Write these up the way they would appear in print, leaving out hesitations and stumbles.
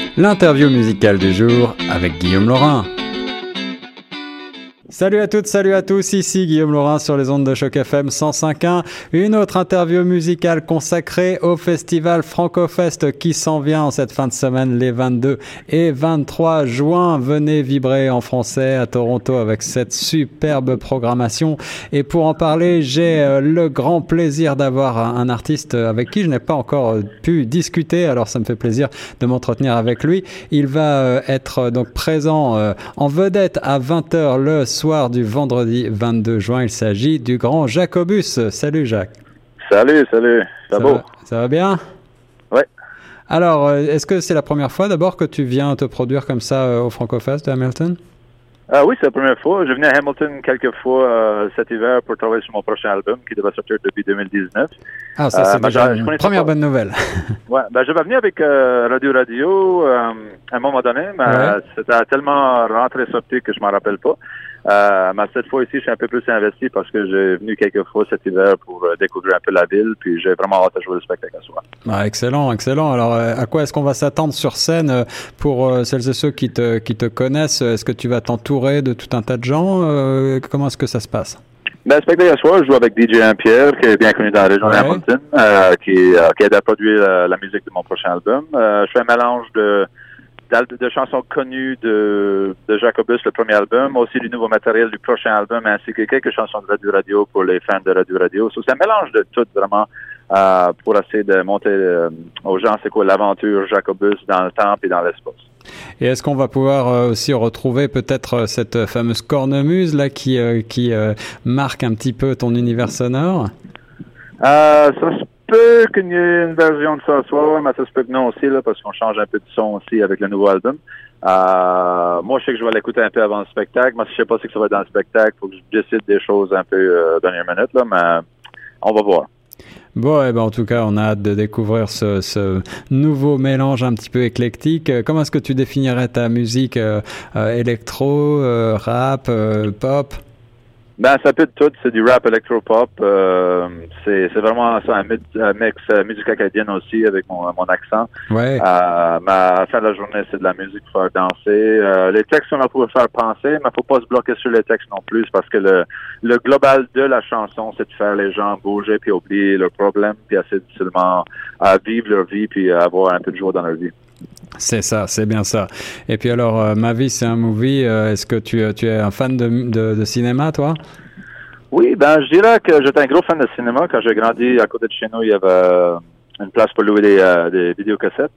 L'interview musicale du jour avec Guillaume Laurin. Salut à toutes, salut à tous, ici Guillaume Laurin sur les ondes de Choc FM 105.1. Une autre interview musicale consacrée au festival Francofest qui s'en vient en cette fin de semaine les 22 et 23 juin. Venez vibrer en français à Toronto avec cette superbe programmation. Et pour en parler, j'ai le grand plaisir d'avoir un artiste avec qui je n'ai pas encore pu discuter. Alors ça me fait plaisir de m'entretenir avec lui. Il va être donc présent en vedette à 20h le soir du vendredi 22 juin. Il s'agit du grand Jacobus. Salut Jacques. Salut. Ça va bien? Ouais. Alors, est-ce que c'est la première fois d'abord que tu viens te produire comme ça au Francofest de Hamilton? Oui, c'est la première fois. Je venais à Hamilton quelques fois cet hiver pour travailler sur mon prochain album qui devrait sortir depuis 2019. Ah, ça c'est déjà une première bonne nouvelle. Ouais, j'avais venu avec Radio à un moment donné, mais c'était tellement rentré sorti que je m'en rappelle pas. Mais cette fois ici, je suis un peu plus investi parce que j'ai venu quelques fois cet hiver pour découvrir un peu la ville, puis j'ai vraiment hâte de jouer le spectacle à soir. Ah, excellent. Alors, à quoi est-ce qu'on va s'attendre sur scène pour celles et ceux qui te connaissent? Est-ce que tu vas t'entourer de tout un tas de gens? Comment est-ce que ça se passe? Le spectacle à soir, je joue avec DJ Pierre, qui est bien connu dans la région de Hamilton, qui aide à produire la musique de mon prochain album. Je fais un mélange de chansons connues de Jacobus, le premier album, aussi du nouveau matériel du prochain album, ainsi que quelques chansons de Radio pour les fans de Radio. C'est un mélange de tout, vraiment, pour essayer de montrer aux gens c'est quoi l'aventure Jacobus dans le temps et dans l'espace. Et est-ce qu'on va pouvoir aussi retrouver peut-être cette fameuse cornemuse là qui marque un petit peu ton univers sonore? Ça se peut qu'il y ait une version de ça ce soir, mais ça se peut que non aussi, là, parce qu'on change un peu de son aussi avec le nouveau album. Moi, je sais que je vais l'écouter un peu avant le spectacle, mais je sais pas si ça va être dans le spectacle. Faut que je décide des choses un peu dernière minute, là, mais on va voir. Bon, en tout cas, on a hâte de découvrir ce nouveau mélange un petit peu éclectique. Comment est-ce que tu définirais ta musique électro, rap, pop? C'est un peu de tout. C'est du rap électro-pop. C'est vraiment ça, un mix musique acadienne aussi avec mon accent. Ouais. Mais à la fin de la journée, c'est de la musique pour faire danser. Les textes, on va pouvoir faire penser, mais faut pas se bloquer sur les textes non plus parce que le global de la chanson, c'est de faire les gens bouger puis oublier leurs problèmes puis essayer de seulement vivre leur vie puis avoir un peu de joie dans leur vie. C'est ça, c'est bien ça. Et puis alors, Ma vie, c'est un movie. Est-ce que tu es un fan de cinéma, toi? Oui, je dirais que j'étais un gros fan de cinéma. Quand j'ai grandi à côté de chez nous, il y avait une place pour louer des vidéocassettes.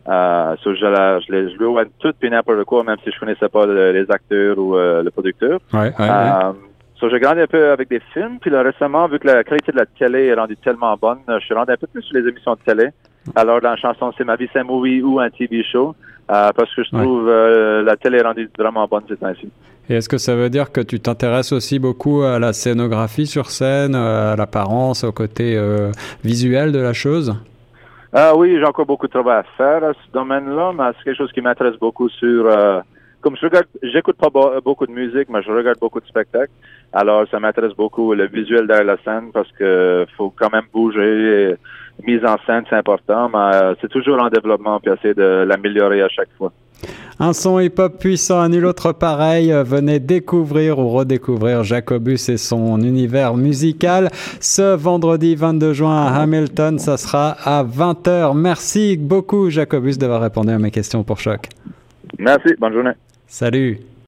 Je les louais toutes puis n'importe quoi, même si je connaissais pas les acteurs ou le producteur. Ouais. J'ai grandi un peu avec des films, puis là, récemment, vu que la qualité de la télé est rendue tellement bonne, je suis rendu un peu plus sur les émissions de télé. Alors, dans la chanson C'est ma vie, c'est un movie ou un TV show, parce que je trouve la télé est rendue vraiment bonne ces temps-ci. Et est-ce que ça veut dire que tu t'intéresses aussi beaucoup à la scénographie sur scène, à l'apparence, au côté visuel de la chose? Oui, j'ai encore beaucoup de travail à faire à ce domaine-là, mais c'est quelque chose qui m'intéresse beaucoup sur... Comme j'écoute pas beaucoup de musique, mais je regarde beaucoup de spectacles. Alors, ça m'intéresse beaucoup le visuel derrière la scène parce que faut quand même bouger. Mise en scène, c'est important, mais c'est toujours en développement puis essayer de l'améliorer à chaque fois. Un son hip-hop puissant à nul autre pareil. Venez découvrir ou redécouvrir Jacobus et son univers musical. Ce vendredi 22 juin à Hamilton, ça sera à 20h. Merci beaucoup, Jacobus, d'avoir répondu à mes questions pour Choc. Merci, bonne journée. Salut.